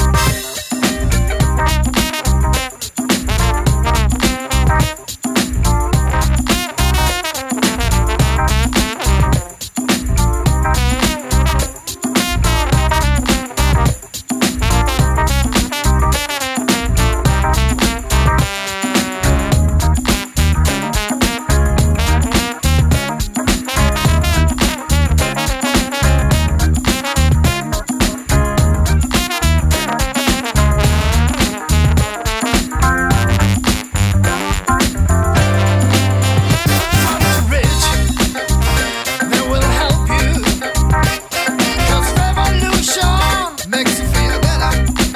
Rich, that will help you, 'cause revolution makes you feel better.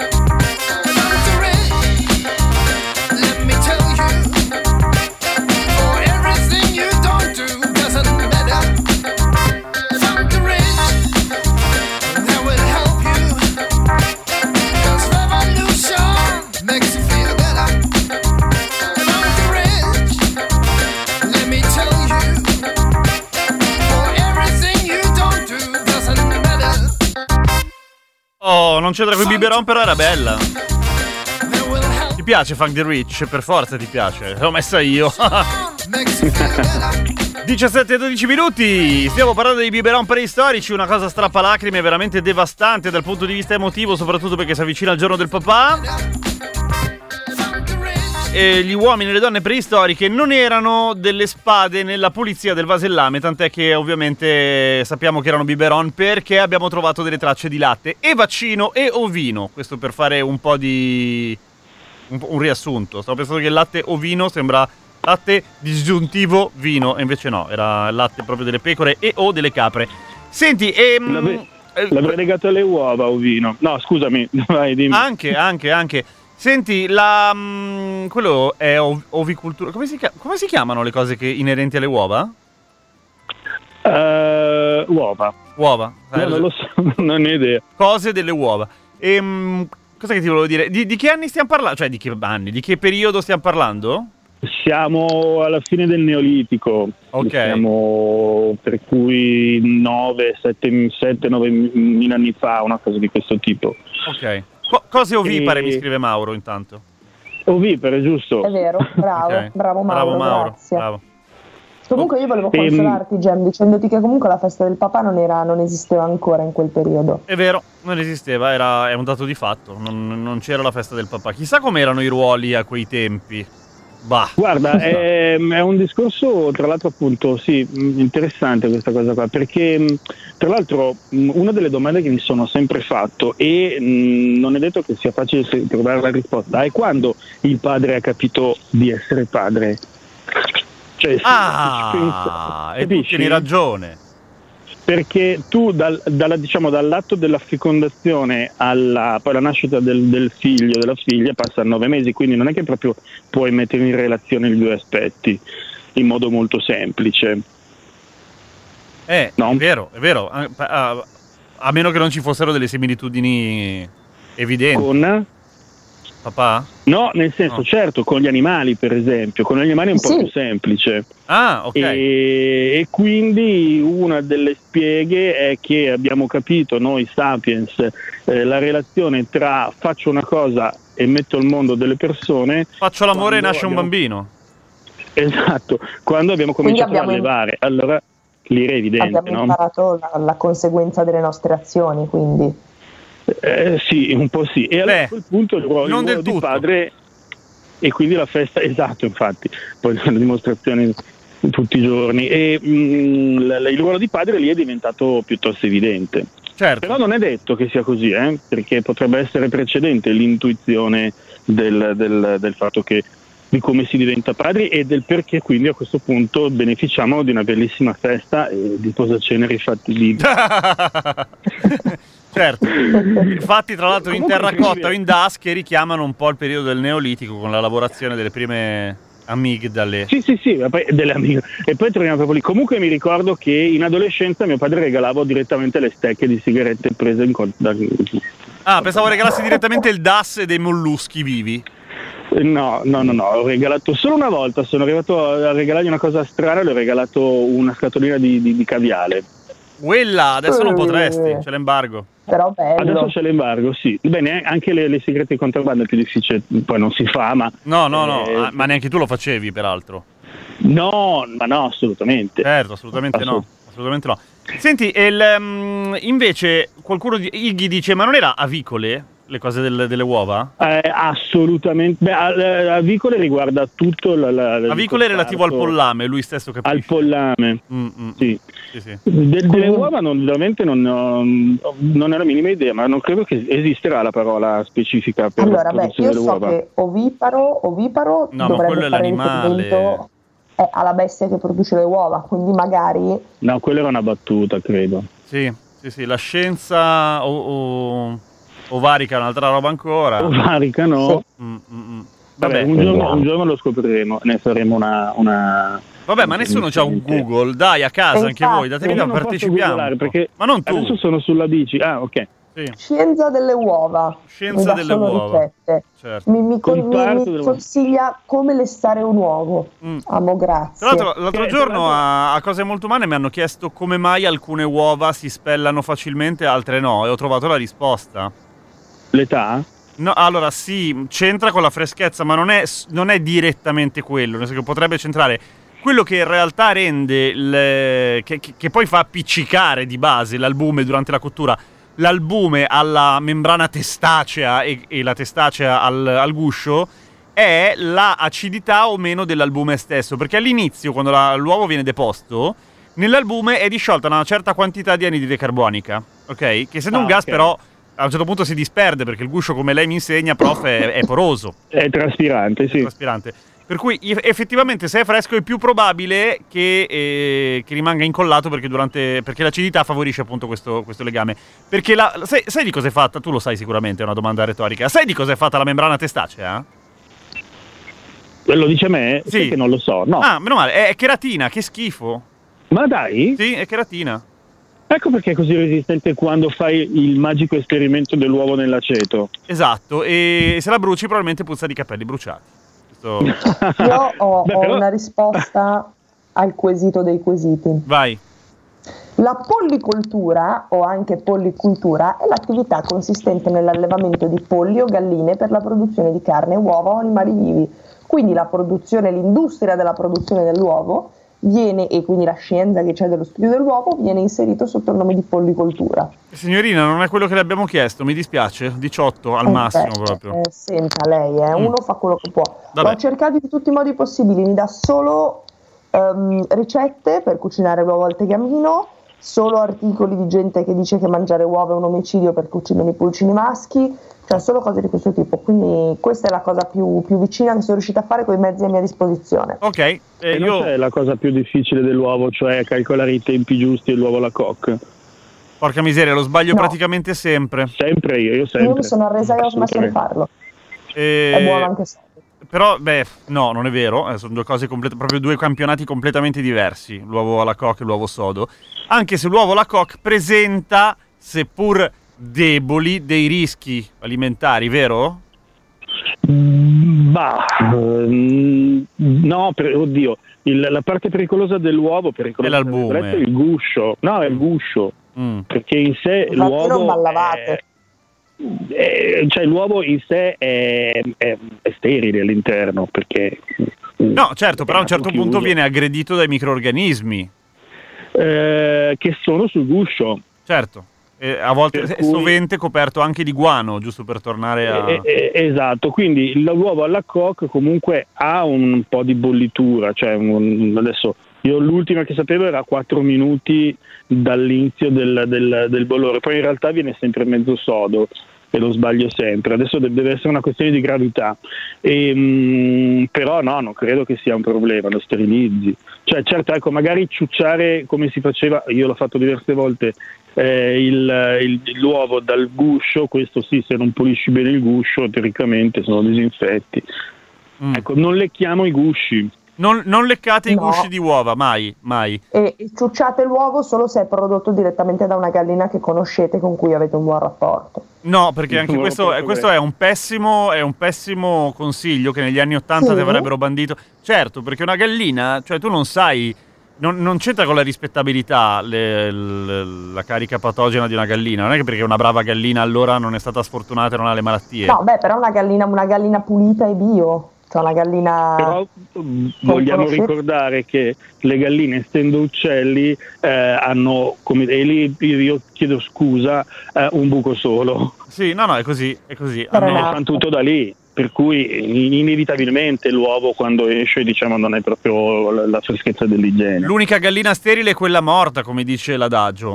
Rich, let me tell you, for everything you don't do doesn't matter. Rich, that will help you, 'cause revolution makes you feel better. Rich, let me tell you, for everything you don't do doesn't matter. Oh, non c'entra con i biberon, però era bella. That will help, Ti piace Funk the Rich? Per forza ti piace. L'ho messa io. makes you feel better. diciassette e dodici minuti. Stiamo parlando dei biberon preistorici, una cosa strappalacrime, veramente devastante dal punto di vista emotivo, soprattutto perché si avvicina il giorno del papà. E gli uomini e le donne preistoriche non erano delle spade nella pulizia del vasellame, tant'è che ovviamente sappiamo che erano biberon perché abbiamo trovato delle tracce di latte e vaccino e ovino. Questo per fare un po' di un, un riassunto. Stavo pensando che il latte ovino sembra latte disgiuntivo vino, e invece no, era il latte proprio delle pecore e o delle capre. Senti, ehm, L'ave- eh, L'avrei legato alle uova, ovino. No, scusami, vai, dimmi. anche, anche, anche. Senti, la mh, quello è ov- ovicultura. Come si, chia- come si chiamano le cose che inerenti alle uova? Eh, uova. Uova. No, non lo so, non ho idea. Cose delle uova. Ehm, cosa che ti volevo dire? Di, di che anni stiamo parlando? Cioè, di che anni? Di che periodo stiamo parlando? Siamo alla fine del Neolitico, ok. Siamo per cui nove, sette, nove mila anni fa, una cosa di questo tipo. Ok. Co- cose ovipare, E- mi scrive Mauro intanto. Ovipare, giusto? È vero, bravo, Ok. bravo Mauro, Bravo Mauro, grazie. bravo. Comunque io volevo Ehm, consolarti, Gem, dicendoti che comunque la festa del papà non, era, non esisteva ancora in quel periodo. È vero, non esisteva, era, è un dato di fatto, non, non c'era la festa del papà. Chissà com'erano i ruoli a quei tempi. Bah. Guarda, è, è un discorso, tra l'altro, appunto, sì, mh, interessante questa cosa qua, perché mh, tra l'altro mh, una delle domande che mi sono sempre fatto, e mh, non è detto che sia facile se- trovare la risposta, è quando il padre ha capito di essere padre. Cioè, se- se ci pensa- Ah, e tu capisci? tieni ragione. Perché tu dal, dalla, diciamo, dall'atto della fecondazione alla poi la nascita del, del figlio, della figlia, passano nove mesi, quindi non è che proprio puoi mettere in relazione i due aspetti in modo molto semplice. Eh, No? è vero, è vero. A, a- a meno che non ci fossero delle similitudini evidenti. Con Papà? no, nel senso, No. certo, con gli animali, per esempio, con gli animali è un po' Sì. più semplice. Ah, ok. E, e quindi una delle spieghe è che abbiamo capito noi sapiens eh, la relazione tra faccio una cosa e metto al mondo delle persone. Faccio l'amore e quando nasce un abbiamo- bambino. Esatto, quando abbiamo cominciato abbiamo- a allevare, allora lì era evidente, Abbiamo no? imparato la, la conseguenza delle nostre azioni, quindi Eh, sì, un po' sì. E allora Beh, a quel punto il ruolo, il non ruolo del di tutto. padre e quindi la festa, esatto, infatti, poi le dimostrazioni tutti i giorni. E mh, l- il ruolo di padre lì è diventato piuttosto evidente. Certo. Però non è detto che sia così, eh, perché potrebbe essere precedente l'intuizione del, del, del fatto che di come si diventa padri e del perché quindi a questo punto beneficiamo di una bellissima festa e di posaceneri fatti di Certo. Infatti, tra l'altro, in Comunque, terracotta o incredibile. in das che richiamano un po' il periodo del Neolitico con la lavorazione delle prime amigdale. Sì, sì, sì, ma poi delle amiche. E poi torniamo proprio lì. Comunque mi ricordo che in adolescenza mio padre regalava direttamente le stecche di sigarette prese in conto. Da... Ah, pensavo regalassi direttamente il das e dei molluschi vivi. No, no, no, no, ho regalato solo una volta, sono arrivato a regalargli una cosa strana, le ho regalato una scatolina di, di, di caviale. Quella, adesso non Eh. potresti, c'è l'embargo. però bello. Adesso c'è l'embargo, sì. Bene, anche le, le sigarette di contrabbando è più difficile, poi non si fa, ma... No, no, no, eh, ah, ma neanche tu lo facevi, peraltro. No, ma no, assolutamente. Certo, assolutamente no. Assolut- Assolutamente no. Senti, il, um, invece qualcuno di Iggy dice: ma non era avicole le cose del- delle uova? Eh, assolutamente. Beh, a- avicole riguarda tutto la, la, il Avicole relativo al comparto- pollame, lui stesso capisce. Al pollame, Mm, mm, sì. sì, sì. De- delle uova non, veramente non, ho- non ho la minima idea, ma non credo che esisterà la parola specifica per Allora, la beh, produzione io delle so uova. che oviparo, oviparo No, ma quello dovrebbe è fare l'animale. riferimento eh, alla bestia che produce le uova, quindi magari No, quella era una battuta, credo. Sì, sì, sì, la scienza o, o- ovarica è un'altra roba ancora. Ovarica no. Mm, mm, mm. Vabbè, Vabbè, un, giorno, un giorno lo scopriremo, ne faremo una... una... vabbè, ma nessuno c'ha un Google, dai, a casa Eh, anche voi, datevi Io da non posso partecipiamo. googolare perché Ma non tu. adesso sono sulla bici. Ah, ok. Sì, scienza delle uova. Scienza mi dà delle solo uova. ricette. certo. Mi, mi, con- mi- Comparto mi delle uova. consiglia come lessare un uovo. Mm. Amo, grazie. Tra l'altro, l'altro Eh, tra giorno l'altro- a, a Cose Molto Umane mi hanno chiesto come mai alcune uova si spellano facilmente e altre no, e ho trovato la risposta. L'età? No, allora sì, c'entra con la freschezza, ma non è, non è direttamente quello, nel senso che potrebbe centrare. Quello che in realtà rende, il, che, che- che poi fa appiccicare di base l'albume durante la cottura, l'albume alla membrana testacea e, e la testacea al, al guscio, è la acidità o meno dell'albume stesso, perché all'inizio, quando la- l'uovo viene deposto, nell'albume è disciolta una certa quantità di anidride carbonica, ok? Che essendo Ah, un gas ok. però a un certo punto si disperde, perché il guscio, come lei mi insegna, prof, è, è poroso, È traspirante, è sì. traspirante. Per cui eff- effettivamente se è fresco è più probabile che, eh, che rimanga incollato, perché, durante, perché l'acidità favorisce appunto questo, questo legame. Perché la, sai, sai di cosa è fatta? Tu lo sai sicuramente, è una domanda retorica. Sai di cosa è fatta la membrana testacea? Lo dice a me? Sì. Sai che non lo so, no. Ah, meno male, è, è cheratina, che schifo. Ma dai? Sì, è cheratina. Ecco perché è così resistente quando fai il magico esperimento dell'uovo nell'aceto. Esatto, e se la bruci probabilmente puzza di capelli bruciati. questo... Io ho, ho una risposta al quesito dei quesiti. Vai. La pollicoltura, o anche pollicultura, è l'attività consistente nell'allevamento di polli o galline per la produzione di carne, uova o animali vivi. Quindi la produzione, l'industria della produzione dell'uovo viene, e quindi la scienza che c'è dello studio dell'uovo, viene inserito sotto il nome di pollicoltura. Signorina, non è quello che le abbiamo chiesto, mi dispiace, diciotto al Eh, massimo beh, proprio. eh, senta lei, eh, Mm. uno fa quello che può. Vabbè. Ho cercato di tutti i modi possibili, mi dà solo ehm, ricette per cucinare l'uovo al tegamino, solo articoli di gente che dice che mangiare uova è un omicidio perché uccidono i pulcini maschi, cioè solo cose di questo tipo. Quindi questa è la cosa più, più vicina che sono riuscita a fare con i mezzi a mia disposizione. Ok, eh, E io... non c'è la cosa più difficile dell'uovo, cioè calcolare i tempi giusti dell'uovo alla coque. Porca miseria, lo sbaglio No. praticamente sempre. Sempre io, io sempre. Io mi sono arresa e ho smesso di Assolutamente. farlo. E... È buono anche se. Però, beh, no, non è vero, eh, sono due cose complete, proprio due campionati completamente diversi, l'uovo alla coque e l'uovo sodo, anche se l'uovo alla coque presenta, seppur deboli, dei rischi alimentari, vero? Bah, ehm, no, per, oddio, il- la parte pericolosa dell'uovo pericolosa È l'albume. è il guscio, no, è il guscio, Mm. perché in sé Infatti non l'uovo ballavate. è, è- cioè l'uovo in sé è, è- è sterile all'interno, perché No, certo, però a un certo chiuso, punto viene aggredito dai microrganismi, eh, che sono sul guscio. certo, e a volte Per è cui- sovente coperto anche di guano, giusto per tornare a... Eh, eh, esatto, quindi l'uovo alla coque comunque ha un po' di bollitura, cioè un- adesso io l'ultima che sapevo era quattro minuti dall'inizio del, del, del bollore, poi in realtà viene sempre mezzo sodo e lo sbaglio sempre, adesso de- deve essere una questione di gravità, e, mh, però no, non credo che sia un problema, lo sterilizzi, cioè certo, ecco, magari ciucciare come si faceva, io l'ho fatto diverse volte, eh, il, il- l'uovo dal guscio, questo sì, se non pulisci bene il guscio teoricamente sono disinfetti. Mm. Ecco, non lecchiamo i gusci. Non, non leccate i No. gusci di uova, mai, mai. E, e ciucciate l'uovo solo se è prodotto direttamente da una gallina che conoscete, con cui avete un buon rapporto. No, perché anche Non lo questo, posso eh, questo è un pessimo è un pessimo consiglio che negli anni Ottanta Sì. ti avrebbero bandito. Certo, perché una gallina, cioè tu non sai, non, non c'entra con la rispettabilità le- le- la carica patogena di una gallina. Non è che perché una brava gallina allora non è stata sfortunata e non ha le malattie. No, beh, però una gallina, una gallina pulita e bio, cioè una gallina... Però mh, vogliamo conoscete? ricordare che le galline, essendo uccelli, eh, hanno, come, e lì io chiedo scusa, eh, un buco solo. Sì, no, no, è così, è così. Però Hanno- no. Fanno tutto da lì, per cui in- inevitabilmente l'uovo quando esce, diciamo, non è proprio la, la freschezza dell'igiene. L'unica gallina sterile è quella morta, come dice l'adagio.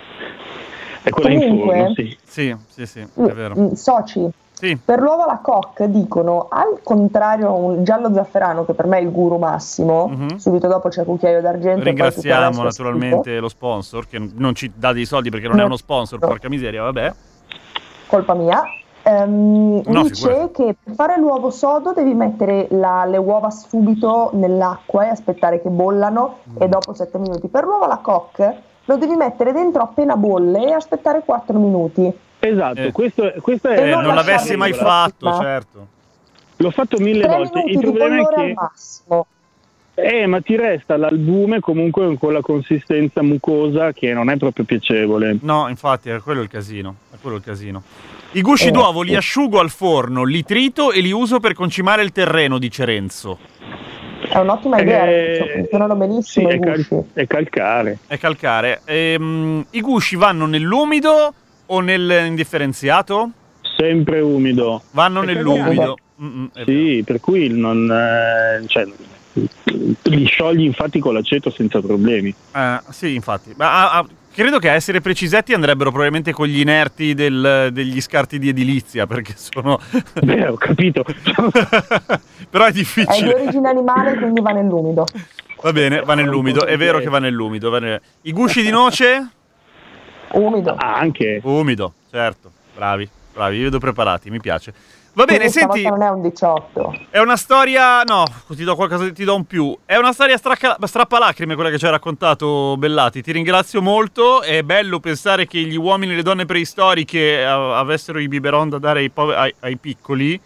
È quella in Comunque- forno, sì. Sì, sì, sì, è Mm, vero. mm, Soci, Sì. per l'uovo alla coque dicono, al contrario a un giallo zafferano, che per me è il guru massimo, Mhm. subito dopo c'è Cucchiaio d'Argento. e poi tutto il Ringraziamo resto è naturalmente lo sponsor che non ci dà dei soldi perché non è No. uno sponsor, No. porca miseria, vabbè. colpa mia. Ehm, No, dice figurati. che per fare l'uovo sodo devi mettere la- le uova subito nell'acqua e aspettare che bollano Mm. e dopo sette minuti. Per l'uovo alla coque lo devi mettere dentro appena bolle e aspettare quattro minuti. Esatto, Eh. questo, è- questo è... E Eh, non non l'avessi lasciarli mai in fatto, frotta. certo. L'ho fatto mille Tre volte, minuti il di problema è bollore al che... massimo. Eh, ma ti resta l'albume comunque con la consistenza mucosa che non è proprio piacevole. No, infatti, è quello il casino. È quello il casino. I gusci Eh, d'uovo li sì. asciugo al forno, li trito e li uso per concimare il terreno, dice Renzo. È un'ottima idea, Eh, Renzo, funzionano benissimo sì, i è, cal- gusci. è calcare. È calcare. Ehm, I gusci vanno nell'umido o nell'indifferenziato? Sempre umido. Vanno Perché nell'umido. Mm-mm, è vero. Sì, per cui non, eh, cioè, li sciogli infatti con l'aceto senza problemi. Eh, sì, infatti. Ma ah, ah, credo che a essere precisetti andrebbero probabilmente con gli inerti del- degli scarti di edilizia, perché sono... Beh, ho capito. Però è È di difficile. origine animale, quindi va nell'umido. Va bene, va nell'umido. È vero che va nell'umido. va nel- I gusci di noce? Umido. Ah, anche. Umido, certo. Bravi, bravi, vi vedo preparati, mi piace. Va bene, Quindi senti, stavolta non è un diciotto. è una storia... No, ti do qualcosa, ti do un più. È una storia stracca... strappalacrime quella che ci hai raccontato, Bellati. Ti ringrazio molto. È bello pensare che gli uomini e le donne preistoriche eh, avessero i biberon da dare ai, pove- ai, ai piccoli.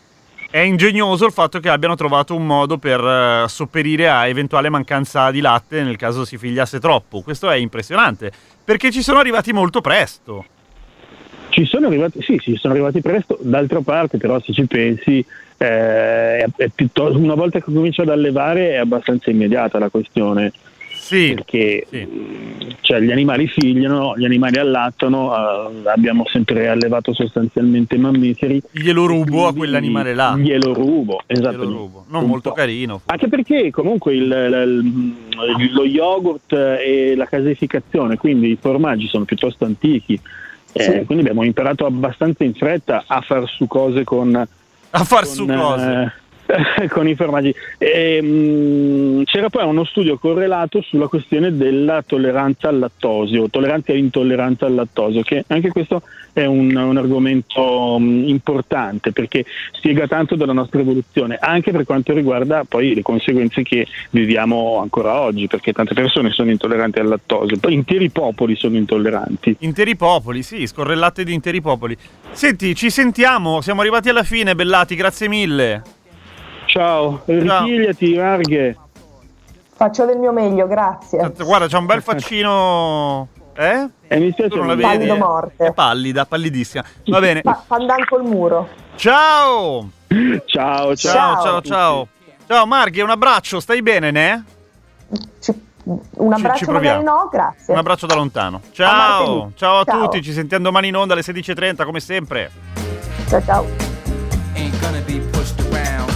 È ingegnoso il fatto che abbiano trovato un modo per uh, sopperire a eventuale mancanza di latte nel caso si figliasse troppo. Questo è impressionante, perché ci sono arrivati molto presto. Ci sono arrivati, sì, ci sono arrivati presto, d'altra parte però se ci pensi, eh, è, è piuttosto, una volta che comincio ad allevare è abbastanza immediata la questione. Sì, perché sì. Cioè, gli animali figliano, gli animali allattano, uh, abbiamo sempre allevato sostanzialmente mammiferi. Glielo rubo a quell'animale là. Glielo rubo, esatto. Glielo rubo. Non Un molto po'. carino. Anche perché comunque il, il, il, lo yogurt e la caseificazione, quindi i formaggi sono piuttosto antichi. Eh, sì. Quindi abbiamo imparato abbastanza in fretta a far su cose con... A far con, su cose. Eh, con i formaggi. E, mh, c'era poi uno studio correlato sulla questione della tolleranza al lattosio, tolleranza e intolleranza al lattosio, che anche questo è un, un argomento mh, importante perché spiega tanto della nostra evoluzione, anche per quanto riguarda poi le conseguenze che viviamo ancora oggi, perché tante persone sono intolleranti al lattosio, poi interi popoli sono intolleranti. Interi popoli, sì, scorrellate di interi popoli. Senti, ci sentiamo, siamo arrivati alla fine, Bellati, grazie mille. Ciao, ripigliati, Marghe. Faccio del mio meglio, grazie. Guarda, c'è un bel faccino. Eh? E mi spiace, tu non la vedi? Pallido morte. È pallida, pallidissima. Va bene. Fa- Pandan col muro. Ciao! Ciao, ciao. Ciao, ciao, ciao. Ciao Marghe, un abbraccio, stai bene, ne? Ci, un abbraccio ci magari no, grazie. Un abbraccio da lontano. Ciao, ciao a ciao. tutti, ci sentiamo domani in onda alle sedici e trenta come sempre. Ciao ciao. Ain't gonna be pushed around.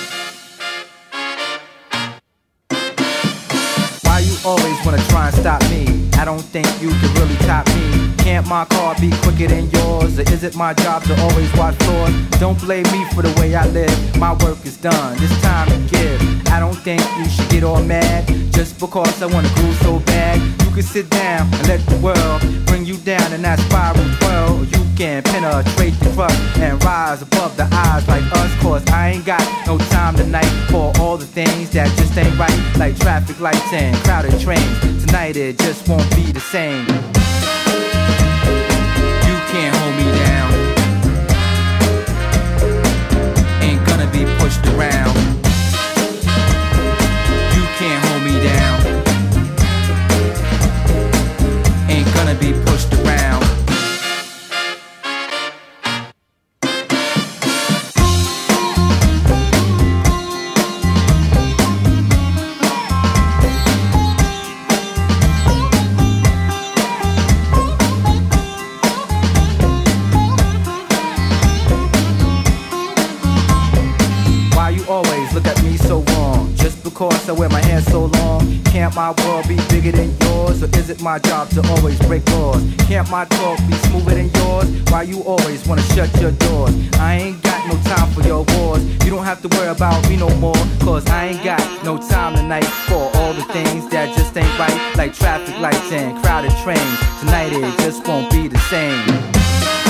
Why you always wanna try and stop me? I don't think you can really top me. Can't my car be quicker than yours? Or is it my job to always watch floors? Don't blame me for the way I live. My work is done, it's time to give. I don't think you should get all mad just because I wanna groove so bad. You can sit down and let the world bring you down in that spiral twirl. You can penetrate the crust and rise above the eyes like us. Cause I ain't got no time tonight for all the things that just ain't right. Like traffic lights and crowded trains. Tonight it just won't be the same. You can't hold me down. Ain't gonna be pushed around. You can't hold me down. Ain't gonna be pushed around. Always look at me so wrong just because I wear my hair so long. Can't my world be bigger than yours? Or is it my job to always break laws? Can't my talk be smoother than yours? Why you always wanna shut your doors? I ain't got no time for your wars. You don't have to worry about me no more. Cause I ain't got no time tonight for all the things that just ain't right. Like traffic lights and crowded trains. Tonight it just won't be the same.